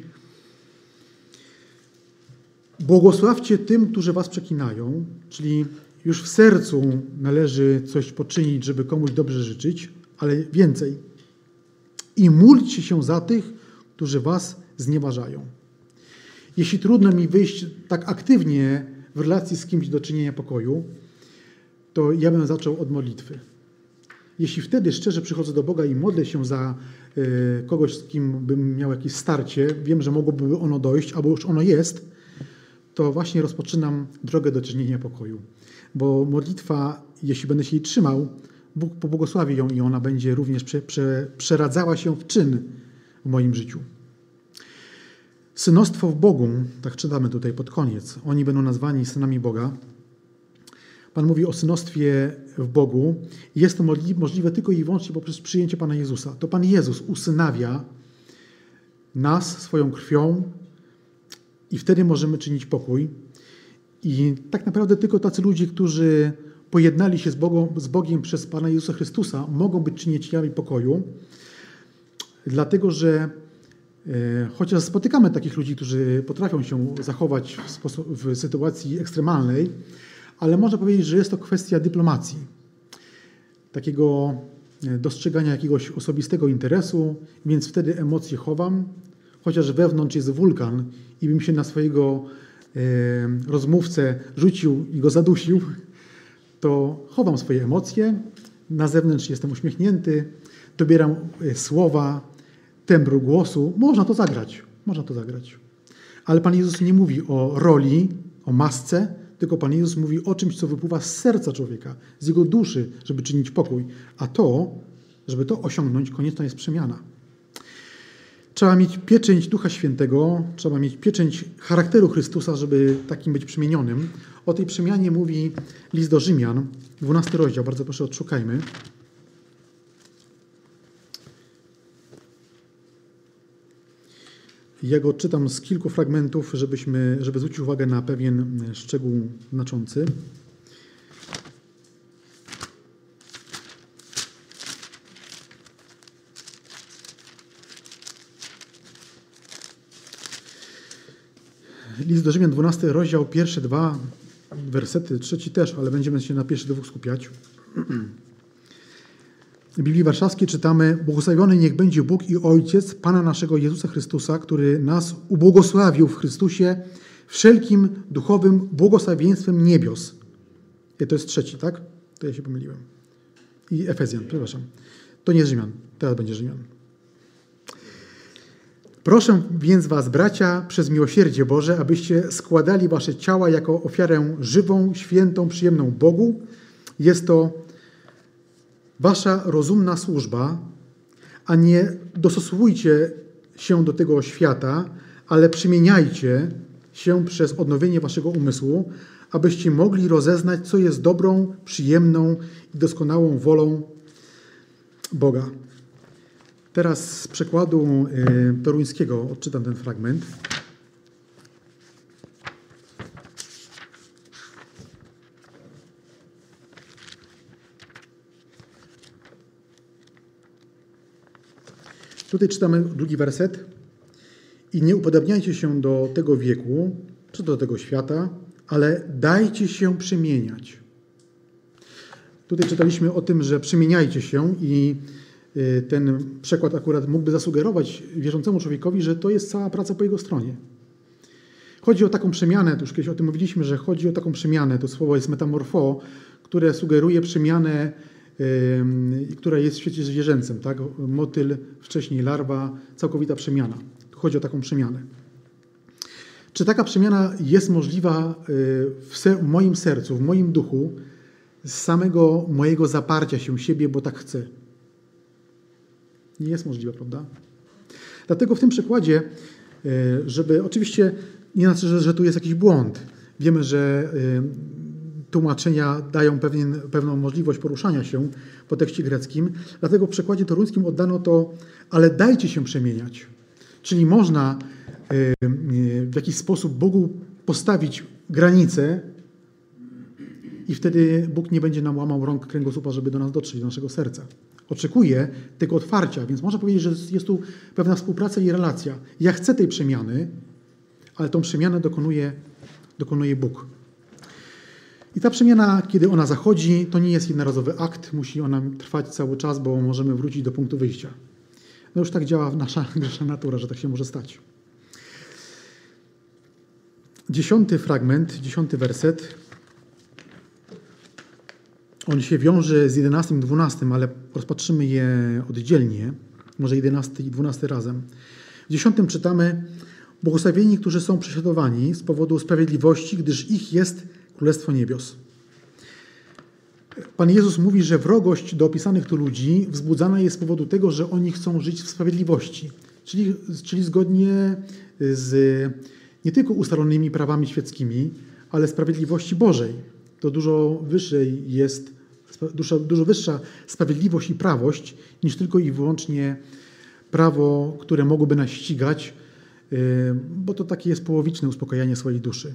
błogosławcie tym, którzy was przeklinają, czyli już w sercu należy coś poczynić, żeby komuś dobrze życzyć, ale więcej. I módlcie się za tych, którzy was znieważają. Jeśli trudno mi wyjść tak aktywnie w relacji z kimś do czynienia pokoju, to ja bym zaczął od modlitwy. Jeśli wtedy szczerze przychodzę do Boga i modlę się za kogoś, z kim bym miał jakieś starcie, wiem, że mogłoby ono dojść, albo już ono jest, to właśnie rozpoczynam drogę do czynienia pokoju. Bo modlitwa, jeśli będę się jej trzymał, Bóg pobłogosławi ją i ona będzie również przeradzała się w czyn w moim życiu. Synostwo w Bogu, tak czytamy tutaj pod koniec, oni będą nazwani synami Boga. Pan mówi o synostwie w Bogu. Jest to możliwe tylko i wyłącznie poprzez przyjęcie Pana Jezusa. To Pan Jezus usynawia nas swoją krwią i wtedy możemy czynić pokój. I tak naprawdę tylko tacy ludzie, którzy pojednali się z Bogiem przez Pana Jezusa Chrystusa, mogą być czynicielami pokoju, dlatego że chociaż spotykamy takich ludzi, którzy potrafią się zachować w sytuacji ekstremalnej, ale można powiedzieć, że jest to kwestia dyplomacji, takiego dostrzegania jakiegoś osobistego interesu, więc wtedy emocje chowam, chociaż wewnątrz jest wulkan i bym się na swojego rozmówcę rzucił i go zadusił, to chowam swoje emocje, na zewnątrz jestem uśmiechnięty, dobieram słowa, tembru głosu. Można to zagrać. Ale Pan Jezus nie mówi o roli, o masce, tylko Pan Jezus mówi o czymś, co wypływa z serca człowieka, z jego duszy, żeby czynić pokój. A to, żeby to osiągnąć, konieczna jest przemiana. Trzeba mieć pieczęć Ducha Świętego, trzeba mieć pieczęć charakteru Chrystusa, żeby takim być przemienionym. O tej przemianie mówi list do Rzymian, 12 rozdział, bardzo proszę odszukajmy. Ja go czytam z kilku fragmentów, żeby zwrócić uwagę na pewien szczegół znaczący. List do Rzymian, 12 rozdział, pierwsze 2 wersety, trzeci też, ale będziemy się na pierwszych 2 skupiać. W Biblii Warszawskiej czytamy: błogosławiony niech będzie Bóg i Ojciec Pana naszego Jezusa Chrystusa, który nas ubłogosławił w Chrystusie wszelkim duchowym błogosławieństwem niebios. I to jest trzeci, tak? To ja się pomyliłem. I Efezjan, przepraszam. To nie jest Rzymian, teraz będzie Rzymian. Proszę więc was, bracia, przez miłosierdzie Boże, abyście składali wasze ciała jako ofiarę żywą, świętą, przyjemną Bogu. Jest to wasza rozumna służba, a nie dostosowujcie się do tego świata, ale przemieniajcie się przez odnowienie waszego umysłu, abyście mogli rozeznać, co jest dobrą, przyjemną i doskonałą wolą Boga. Teraz z przekładu toruńskiego odczytam ten fragment. Tutaj czytamy 2 werset. I nie upodabniajcie się do tego wieku, czy do tego świata, ale dajcie się przemieniać. Tutaj czytaliśmy o tym, że przemieniajcie się i ten przekład akurat mógłby zasugerować wierzącemu człowiekowi, że to jest cała praca po jego stronie. Chodzi o taką przemianę, to już kiedyś o tym mówiliśmy, że chodzi o taką przemianę, to słowo jest metamorfo, które sugeruje przemianę, która jest w świecie zwierzęcym, tak? Motyl, wcześniej larwa, całkowita przemiana. Chodzi o taką przemianę. Czy taka przemiana jest możliwa w moim sercu, w moim duchu, z samego mojego zaparcia się siebie, bo tak chcę? Nie jest możliwe, prawda? Dlatego w tym przykładzie, żeby oczywiście nie znaczy, że tu jest jakiś błąd. Wiemy, że tłumaczenia dają pewną możliwość poruszania się po tekście greckim. Dlatego w przekładzie toruńskim oddano to, ale dajcie się przemieniać. Czyli można w jakiś sposób Bogu postawić granice i wtedy Bóg nie będzie nam łamał rąk kręgosłupa, żeby do nas dotrzeć, do naszego serca. Oczekuje tego otwarcia, więc można powiedzieć, że jest tu pewna współpraca i relacja. Ja chcę tej przemiany, ale tą przemianę dokonuje Bóg. I ta przemiana, kiedy ona zachodzi, to nie jest jednorazowy akt, musi ona trwać cały czas, bo możemy wrócić do punktu wyjścia. No już tak działa nasza grzeszna natura, że tak się może stać. 10 fragment, 10 werset. On się wiąże z 11 i 12, ale rozpatrzymy je oddzielnie, może 11 i 12 razem. W 10 czytamy: błogosławieni, którzy są prześladowani z powodu sprawiedliwości, gdyż ich jest Królestwo Niebios. Pan Jezus mówi, że wrogość do opisanych tu ludzi wzbudzana jest z powodu tego, że oni chcą żyć w sprawiedliwości, czyli zgodnie z nie tylko ustalonymi prawami świeckimi, ale sprawiedliwości Bożej. To dużo wyższa sprawiedliwość i prawość niż tylko i wyłącznie prawo, które mogłoby nas ścigać, bo to takie jest połowiczne uspokajanie swojej duszy.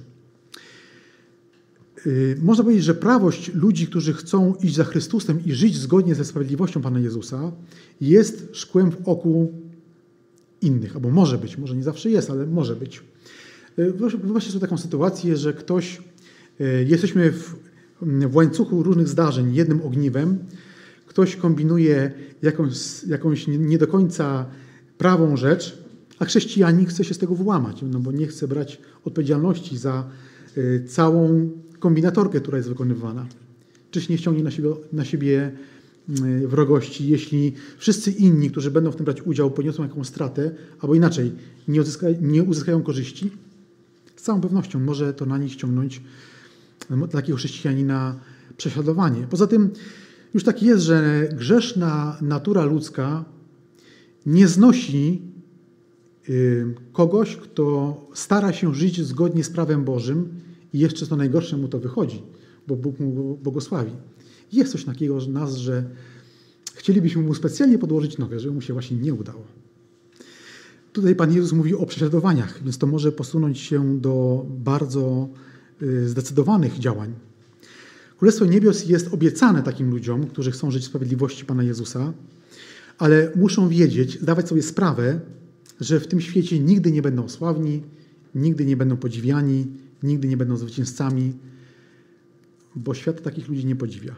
Można powiedzieć, że prawość ludzi, którzy chcą iść za Chrystusem i żyć zgodnie ze sprawiedliwością Pana Jezusa, jest szkłem w oku innych, albo może być, może nie zawsze jest, ale może być. Wyobraźcie sobie taką sytuację, że jesteśmy w łańcuchu różnych zdarzeń, jednym ogniwem, ktoś kombinuje jakąś nie do końca prawą rzecz, a chrześcijanin chce się z tego wyłamać, no bo nie chce brać odpowiedzialności za całą kombinatorkę, która jest wykonywana. Czyż nie ściągnie na siebie wrogości, jeśli wszyscy inni, którzy będą w tym brać udział, poniosą jakąś stratę, albo inaczej, nie uzyskają korzyści? Z całą pewnością może to na nich ściągnąć dla takiego chrześcijanina prześladowanie. Poza tym już tak jest, że grzeszna natura ludzka nie znosi kogoś, kto stara się żyć zgodnie z prawem Bożym i jeszcze co najgorsze mu to wychodzi, bo Bóg mu błogosławi. Jest coś takiego w nas, że chcielibyśmy mu specjalnie podłożyć nogę, żeby mu się właśnie nie udało. Tutaj Pan Jezus mówi o prześladowaniach, więc to może posunąć się do bardzo zdecydowanych działań. Królestwo Niebios jest obiecane takim ludziom, którzy chcą żyć w sprawiedliwości Pana Jezusa, ale muszą wiedzieć, zdawać sobie sprawę, że w tym świecie nigdy nie będą sławni, nigdy nie będą podziwiani, nigdy nie będą zwycięzcami, bo świat takich ludzi nie podziwia.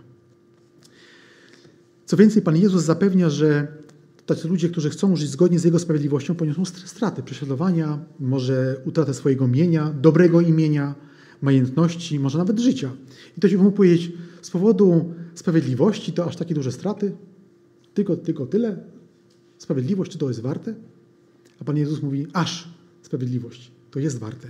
Co więcej, Pan Jezus zapewnia, że tacy ludzie, którzy chcą żyć zgodnie z Jego sprawiedliwością, poniosą straty, prześladowania, może utratę swojego mienia, dobrego imienia, majątności, może nawet życia. I to się mógł powiedzieć, z powodu sprawiedliwości to aż takie duże straty? Tylko tyle? Sprawiedliwość, czy to jest warte? A Pan Jezus mówi, aż sprawiedliwość, to jest warte.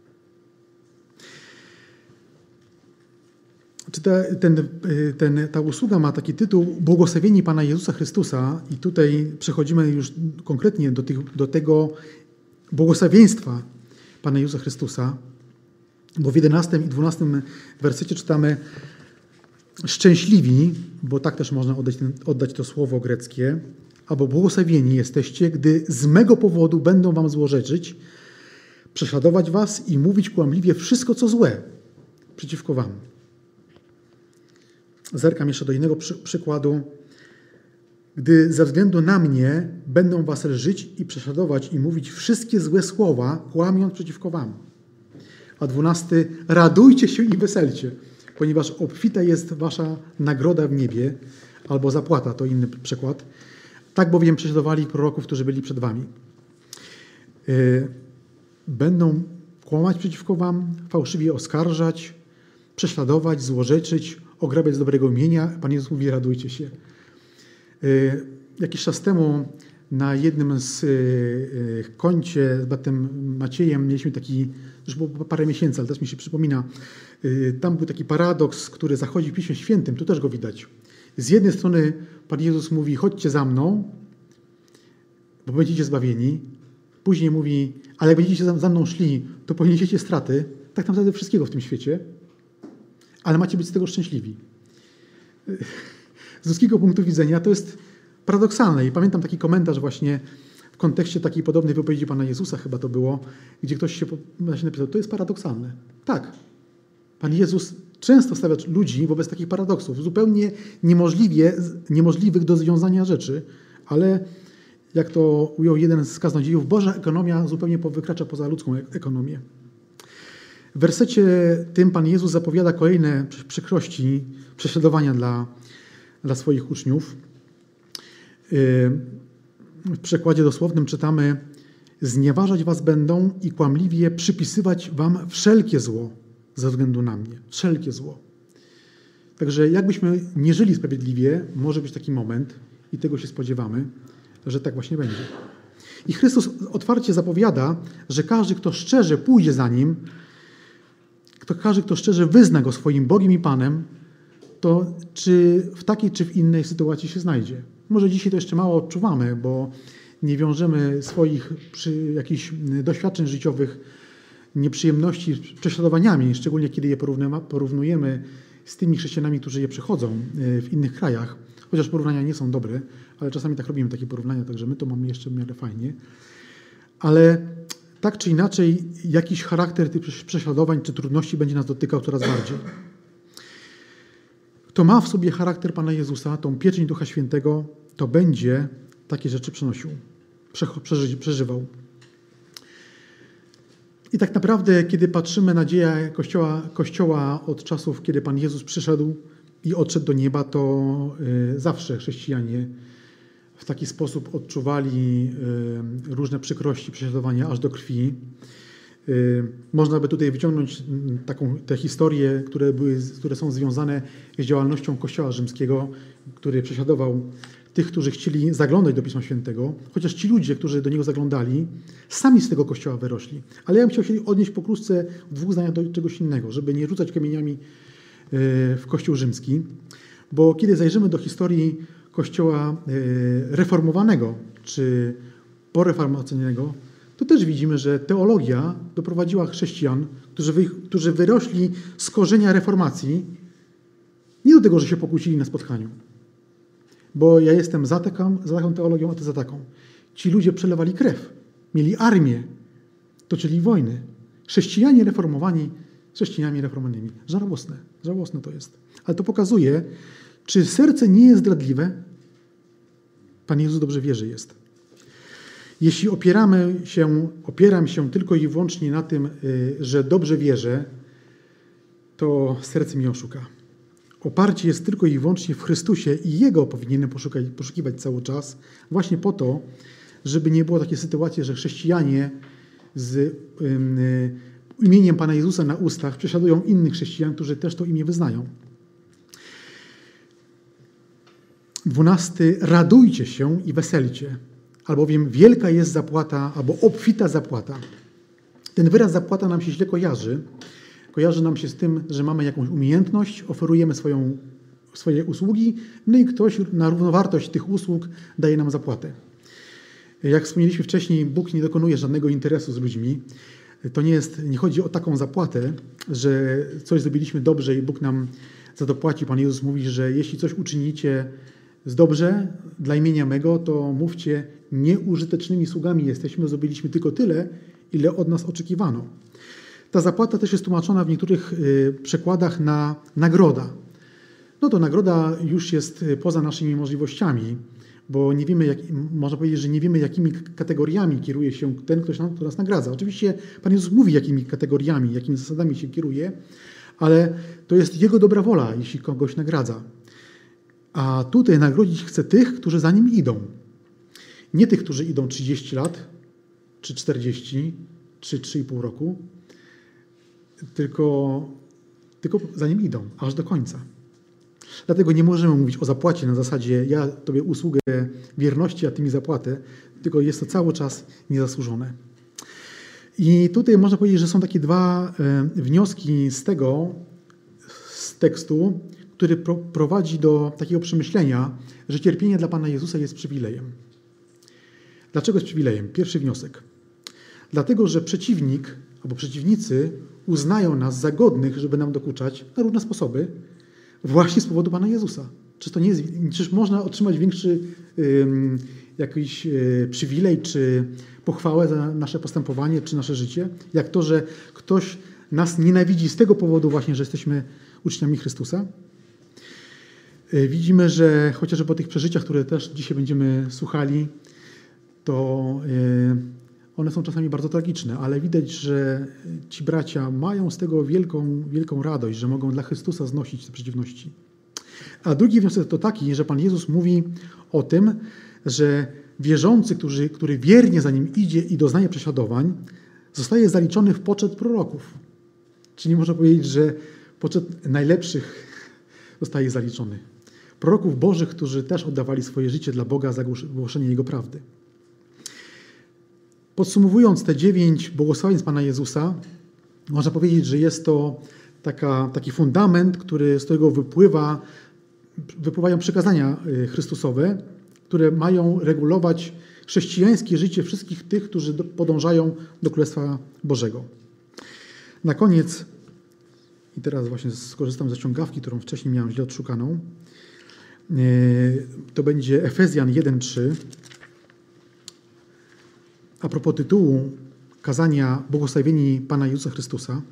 Czy ta usługa ma taki tytuł Błogosławieni Pana Jezusa Chrystusa i tutaj przechodzimy już konkretnie do tego błogosławieństwa Pana Jezusa Chrystusa, bo w 11 i 12 wersecie czytamy szczęśliwi, bo tak też można oddać to słowo greckie, albo błogosławieni jesteście, gdy z mego powodu będą wam złorzeczyć, prześladować was i mówić kłamliwie wszystko, co złe przeciwko wam. Zerkam jeszcze do innego przykładu. Gdy ze względu na mnie będą was lżyć i prześladować i mówić wszystkie złe słowa, kłamiąc przeciwko wam. A 12. Radujcie się i weselcie, ponieważ obfita jest wasza nagroda w niebie, albo zapłata, to inny przykład. Tak bowiem prześladowali proroków, którzy byli przed wami. Będą kłamać przeciwko wam, fałszywie oskarżać, prześladować, złorzeczyć, ograbiać z dobrego imienia. Pan Jezus mówi, radujcie się. Jakiś czas temu na jednym z koncie z bratem Maciejem mieliśmy taki, już było parę miesięcy, ale też mi się przypomina, tam był taki paradoks, który zachodzi w Piśmie Świętym, tu też go widać. Z jednej strony Pan Jezus mówi, chodźcie za mną, bo będziecie zbawieni. Później mówi, ale jak będziecie za mną szli, to poniesiecie straty, tak naprawdę wszystkiego w tym świecie, ale macie być z tego szczęśliwi. Z ludzkiego punktu widzenia to jest paradoksalne. I pamiętam taki komentarz właśnie w kontekście takiej podobnej wypowiedzi Pana Jezusa chyba to było, gdzie ktoś się napisał, to jest paradoksalne. Tak, Pan Jezus często stawia ludzi wobec takich paradoksów, zupełnie niemożliwych do związania rzeczy, ale jak to ujął jeden z kaznodziejów, Boża ekonomia zupełnie wykracza poza ludzką ekonomię. W wersecie tym Pan Jezus zapowiada kolejne przykrości, prześladowania dla swoich uczniów. W przekładzie dosłownym czytamy: znieważać was będą i kłamliwie przypisywać wam wszelkie zło ze względu na mnie. Wszelkie zło. Także jakbyśmy nie żyli sprawiedliwie, może być taki moment i tego się spodziewamy, że tak właśnie będzie. I Chrystus otwarcie zapowiada, że każdy, kto szczerze pójdzie za Nim, każdy, kto szczerze wyzna Go swoim Bogiem i Panem, to czy w takiej, czy w innej sytuacji się znajdzie. Może dzisiaj to jeszcze mało odczuwamy, bo nie wiążemy swoich jakichś doświadczeń życiowych, nieprzyjemności z prześladowaniami, szczególnie kiedy je porównujemy z tymi chrześcijanami, którzy je przechodzą w innych krajach. Chociaż porównania nie są dobre, ale czasami tak robimy takie porównania, także my to mamy jeszcze w miarę fajnie. Ale tak czy inaczej jakiś charakter tych prześladowań czy trudności będzie nas dotykał coraz bardziej. Kto ma w sobie charakter Pana Jezusa, tą pieczęć Ducha Świętego, to będzie takie rzeczy przenosił, przeżywał. I tak naprawdę, kiedy patrzymy na dzieje Kościoła od czasów, kiedy Pan Jezus przyszedł i odszedł do nieba, to zawsze chrześcijanie w taki sposób odczuwali różne przykrości, prześladowania aż do krwi. Można by tutaj wyciągnąć te historie, które są związane z działalnością Kościoła rzymskiego, który prześladował tych, którzy chcieli zaglądać do Pisma Świętego, chociaż ci ludzie, którzy do niego zaglądali, sami z tego Kościoła wyrośli. Ale ja bym chciał się odnieść pokrótce w 2 zdaniach do czegoś innego, żeby nie rzucać kamieniami w Kościół rzymski, bo kiedy zajrzymy do historii Kościoła reformowanego czy poreformacyjnego, to też widzimy, że teologia doprowadziła chrześcijan, którzy wyrośli z korzenia reformacji, nie do tego, że się pokłócili na spotkaniu. Bo ja jestem za taką teologią, a ty za taką. Ci ludzie przelewali krew, mieli armię, toczyli wojny. Chrześcijanie reformowani chrześcijanami reformowanymi. Żałosne to jest. Ale to pokazuje, czy serce nie jest zdradliwe. Pan Jezus dobrze wie, że jest. Jeśli opieram się tylko i wyłącznie na tym, że dobrze wierzę, to serce mnie oszuka. Oparcie jest tylko i wyłącznie w Chrystusie i Jego powinienem poszukiwać cały czas, właśnie po to, żeby nie było takiej sytuacji, że chrześcijanie z imieniem Pana Jezusa na ustach prześladują innych chrześcijan, którzy też to imię wyznają. 12. Radujcie się i weselcie, albowiem wielka jest zapłata, albo obfita zapłata. Ten wyraz zapłata nam się źle kojarzy. Kojarzy nam się z tym, że mamy jakąś umiejętność, oferujemy swoje usługi, no i ktoś na równowartość tych usług daje nam zapłatę. Jak wspomnieliśmy wcześniej, Bóg nie dokonuje żadnego interesu z ludźmi. To nie chodzi o taką zapłatę, że coś zrobiliśmy dobrze i Bóg nam za to płaci. Pan Jezus mówi, że jeśli coś uczynicie dobrze dla imienia mego, to mówcie, nieużytecznymi sługami jesteśmy, zrobiliśmy tylko tyle, ile od nas oczekiwano. Ta zapłata też jest tłumaczona w niektórych przekładach na nagroda. No to nagroda już jest poza naszymi możliwościami, bo nie wiemy, można powiedzieć, że nie wiemy, jakimi kategoriami kieruje się ten, kto nas nagradza. Oczywiście Pan Jezus mówi, jakimi kategoriami, jakimi zasadami się kieruje, ale to jest Jego dobra wola, jeśli kogoś nagradza. A tutaj nagrodzić chce tych, którzy za Nim idą. Nie tych, którzy idą 30 lat, czy 40, czy 3,5 roku, tylko za Nim idą, aż do końca. Dlatego nie możemy mówić o zapłacie na zasadzie ja Tobie usługę wierności, a Ty mi zapłatę, tylko jest to cały czas niezasłużone. I tutaj można powiedzieć, że są takie 2 wnioski z tekstu, który prowadzi do takiego przemyślenia, że cierpienie dla Pana Jezusa jest przywilejem. Dlaczego jest przywilejem? Pierwszy wniosek. Dlatego, że przeciwnik albo przeciwnicy uznają nas za godnych, żeby nam dokuczać na różne sposoby, właśnie z powodu Pana Jezusa. Czyż można otrzymać większy jakiś przywilej, czy pochwałę za nasze postępowanie, czy nasze życie, jak to, że ktoś nas nienawidzi z tego powodu właśnie, że jesteśmy uczniami Chrystusa. Widzimy, że chociażby po tych przeżyciach, które też dzisiaj będziemy słuchali, to one są czasami bardzo tragiczne, ale widać, że ci bracia mają z tego wielką radość, że mogą dla Chrystusa znosić te przeciwności. A drugi wniosek to taki, że Pan Jezus mówi o tym, że wierzący, który wiernie za Nim idzie i doznaje prześladowań, zostaje zaliczony w poczet proroków. Czyli można powiedzieć, że poczet najlepszych zostaje zaliczony. Proroków Bożych, którzy też oddawali swoje życie dla Boga za głoszenie Jego prawdy. Podsumowując te 9 błogosławieństw Pana Jezusa, można powiedzieć, że jest to taki fundament, z którego wypływają przykazania Chrystusowe, które mają regulować chrześcijańskie życie wszystkich tych, którzy podążają do Królestwa Bożego. Na koniec, i teraz właśnie skorzystam ze ściągawki, którą wcześniej miałem źle odszukaną, to będzie Efezjan 1:3. A propos tytułu kazania Błogosławieni Pana Jezusa Chrystusa.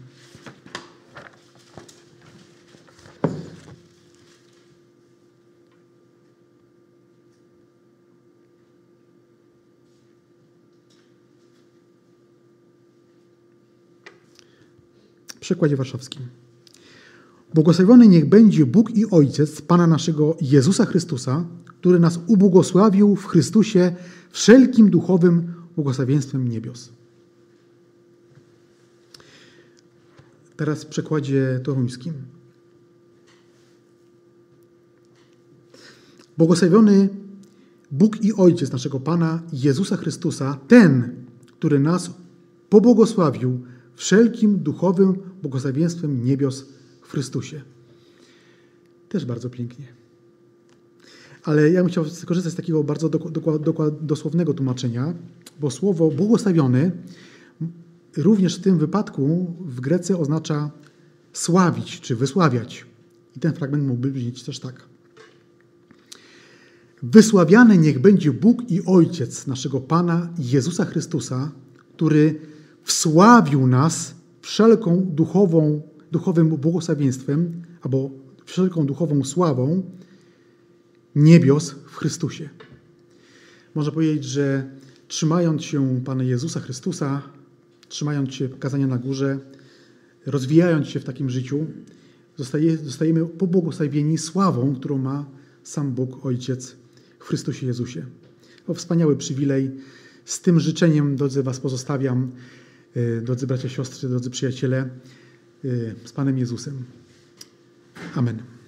W przekładzie warszawskim. Błogosławiony niech będzie Bóg i Ojciec Pana naszego Jezusa Chrystusa, który nas ubłogosławił w Chrystusie wszelkim duchowym błogosławieństwem niebios. Teraz w przekładzie toruńskim. Błogosławiony Bóg i Ojciec naszego Pana Jezusa Chrystusa, ten, który nas pobłogosławił wszelkim duchowym błogosławieństwem niebios w Chrystusie. Też bardzo pięknie. Ale ja bym chciał skorzystać z takiego bardzo dosłownego tłumaczenia, bo słowo błogosławiony również w tym wypadku w Grece oznacza sławić czy wysławiać. I ten fragment mógłby brzmieć też tak. Wysławiany niech będzie Bóg i Ojciec naszego Pana Jezusa Chrystusa, który wsławił nas wszelką duchowym błogosławieństwem albo wszelką duchową sławą niebios w Chrystusie. Można powiedzieć, że trzymając się Pana Jezusa Chrystusa, trzymając się kazania na górze, rozwijając się w takim życiu, zostajemy pobłogosławieni sławą, którą ma sam Bóg Ojciec w Chrystusie Jezusie. To wspaniały przywilej. Z tym życzeniem, drodzy, was pozostawiam, drodzy bracia, siostry, drodzy przyjaciele, z Panem Jezusem. Amen.